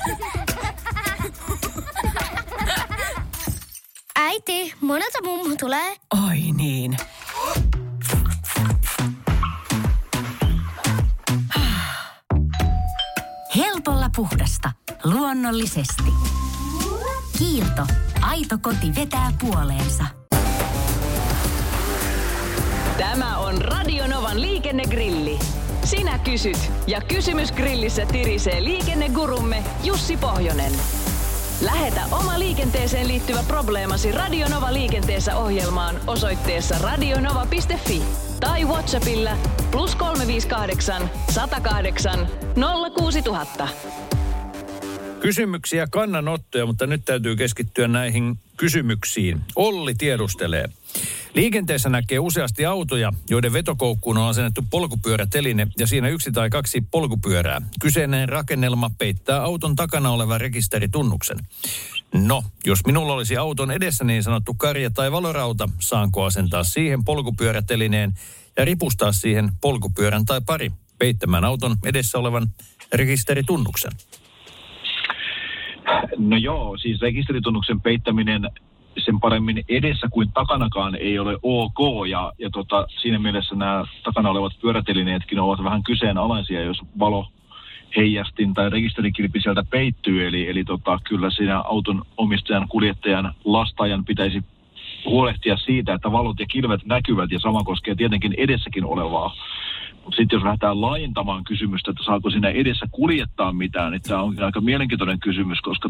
Äiti, monelta mummu tulee? Oi niin. Helpolla puhdasta. Luonnollisesti. Kiilto. Aito koti vetää puoleensa. Tämä on Radio Novan liikennegrilli. Sinä kysyt ja kysymys grillissä tirisee liikennegurumme Jussi Pohjonen. Lähetä oma liikenteeseen liittyvä probleemasi Radio Nova liikenteessä -ohjelmaan osoitteessa radionova.fi tai WhatsAppilla +358 108 06000. Kysymyksiä, kannanottoja, mutta nyt täytyy keskittyä näihin kysymyksiin. Olli tiedustelee. Liikenteessä näkee useasti autoja, joiden vetokoukkuun on asennettu polkupyöräteline ja siinä 1 tai 2 polkupyörää. Kyseinen rakennelma peittää auton takana olevan rekisteritunnuksen. No, jos minulla olisi auton edessä niin sanottu karja tai valorauta, saanko asentaa siihen polkupyörätelineen ja ripustaa siihen polkupyörän tai pari peittämään auton edessä olevan rekisteritunnuksen? No joo, siis rekisteritunnuksen peittäminen sen paremmin edessä kuin takanakaan ei ole ok. Ja siinä mielessä nämä takana olevat pyörätelineetkin ovat vähän kyseenalaisia, jos valoheijastin tai rekisterikilpi sieltä peittyy. Eli kyllä siinä auton omistajan, kuljettajan, lastaajan pitäisi huolehtia siitä, että valot ja kilvet näkyvät, ja sama koskee tietenkin edessäkin olevaa. Mutta sitten jos lähdetään laajentamaan kysymystä, että saako siinä edessä kuljettaa mitään, niin tämä onkin aika mielenkiintoinen kysymys, koska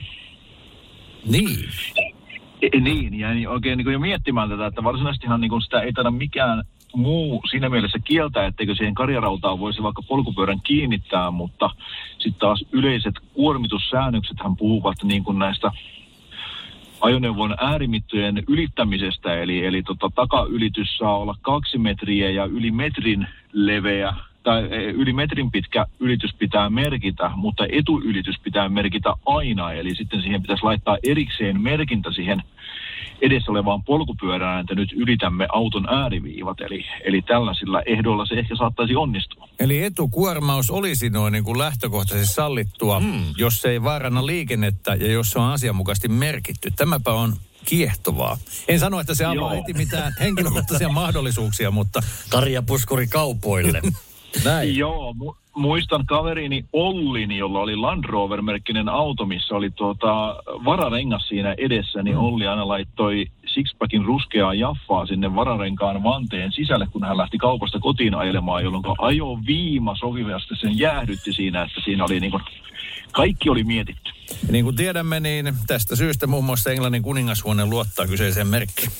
Niin. Niin, ja oikein niin jo miettimään tätä, että varsinaisestihan niin sitä ei taida mikään muu siinä mielessä kieltää, etteikö siihen karjarautaan voisi vaikka polkupyörän kiinnittää, mutta sitten taas yleiset kuormitussäännöksethän puhuvat niin kuin näistä ajoneuvon äärimittojen ylittämisestä, eli takaylitys saa olla 2 metriä ja yli metrin leveä, tai yli metrin pitkä ylitys pitää merkitä, mutta etuylitys pitää merkitä aina, eli sitten siihen pitäisi laittaa erikseen merkintä siihen edessä olevaan polkupyörään, että nyt ylitämme auton ääriviivat, eli tällaisilla ehdoilla se ehkä saattaisi onnistua. Eli etukuormaus olisi noin niin kuin lähtökohtaisesti sallittua, jos se ei vaaranna liikennettä ja jos se on asianmukaisesti merkitty. Tämäpä on kiehtovaa. En sano, että se avaa heti mitään henkilökohtaisia mahdollisuuksia, mutta karjapuskuri kaupoille. Näin. Joo, muistan kaverini Ollin, jolla oli Land Rover-merkkinen auto, missä oli vararengas siinä edessä, niin Olli aina laittoi sixpackin ruskeaa jaffaa sinne vararenkaan vanteen sisälle, kun hän lähti kaupasta kotiin ajelemaan, jolloin ajoviima sopivasti sen jäähdytti siinä, että siinä oli niin kuin, kaikki oli mietitty. Ja niin kuin tiedämme, niin tästä syystä muun muassa Englannin kuningashuone luottaa kyseiseen merkkiin.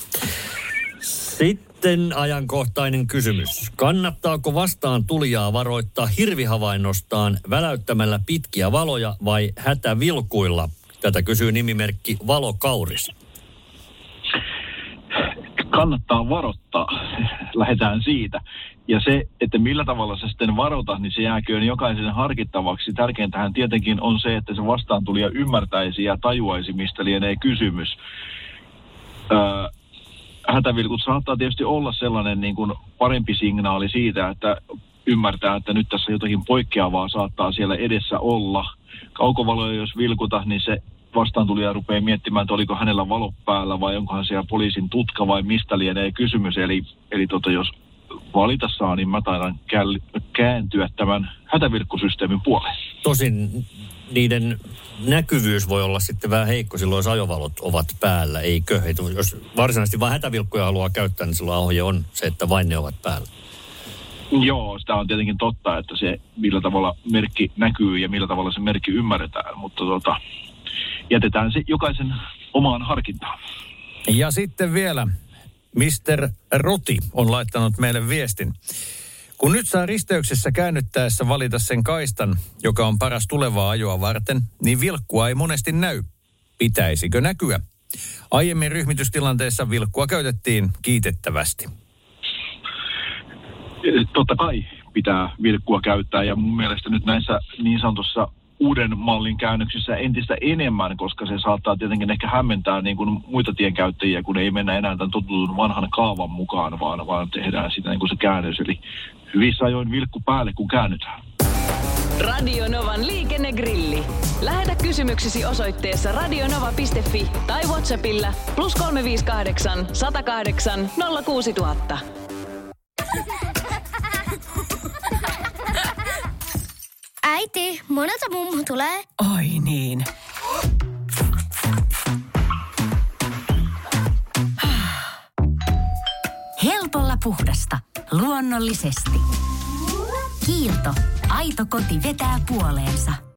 Sitten ajankohtainen kysymys. Kannattaako vastaan tulijaa varoittaa hirvihavainnostaan väläyttämällä pitkiä valoja vai hätävilkuilla? Tätä kysyy nimimerkki Valokauris. Kannattaa varoittaa. Lähdetään siitä. Ja se, että millä tavalla se sitten varota, niin se jääköön jokaisen harkittavaksi. Tärkeintähän tietenkin on se, että se vastaantulija ymmärtäisi ja tajuaisi, mistä lienee kysymys. Hätävilkut saattaa tietysti olla sellainen niin kuin parempi signaali siitä, että ymmärtää, että nyt tässä jotakin poikkeavaa saattaa siellä edessä olla. Kaukovaloja jos vilkuta, niin se vastaantulija rupeaa miettimään, että oliko hänellä valo päällä vai onkohan siellä poliisin tutka vai mistä lienee kysymys. Eli jos valita saa, niin mä taidan kääntyä tämän hätävilkkusysteemin puoleen. Tosin niiden näkyvyys voi olla sitten vähän heikko silloin, jos ajovalot ovat päällä, eikö? Jos varsinaisesti vain hätävilkkuja haluaa käyttää, niin silloin ohje on se, että vain ne ovat päällä. Joo, sitä on tietenkin totta, että se millä tavalla merkki näkyy ja millä tavalla se merkki ymmärretään, mutta jätetään se jokaisen omaan harkintaan. Ja sitten vielä Mr. Roti on laittanut meille viestin. Kun nyt saa risteyksessä käännyttäessä valita sen kaistan, joka on paras tulevaa ajoa varten, niin vilkkua ei monesti näy. Pitäisikö näkyä? Aiemmin ryhmitystilanteessa vilkkua käytettiin kiitettävästi. Totta kai pitää vilkkua käyttää ja mun mielestä nyt näissä niin sanotussa uuden mallin käännöksissä entistä enemmän, koska se saattaa tietenkin ehkä hämmentää niin kuin muita tienkäyttäjiä, kun ei mennä enää tämän totutun vanhan kaavan mukaan, vaan tehdään sitä niin kuin se käännös. Eli hyvissä ajoin vilkku päälle, kun käännytään. Radio Novan liikennegrilli. Lähetä kysymyksisi osoitteessa radionova.fi tai WhatsAppilla +358 108 06000. Äiti, monelta mummu tulee? Oi niin. Helpolla puhdasta. Luonnollisesti. Kiilto. Aito koti vetää puoleensa.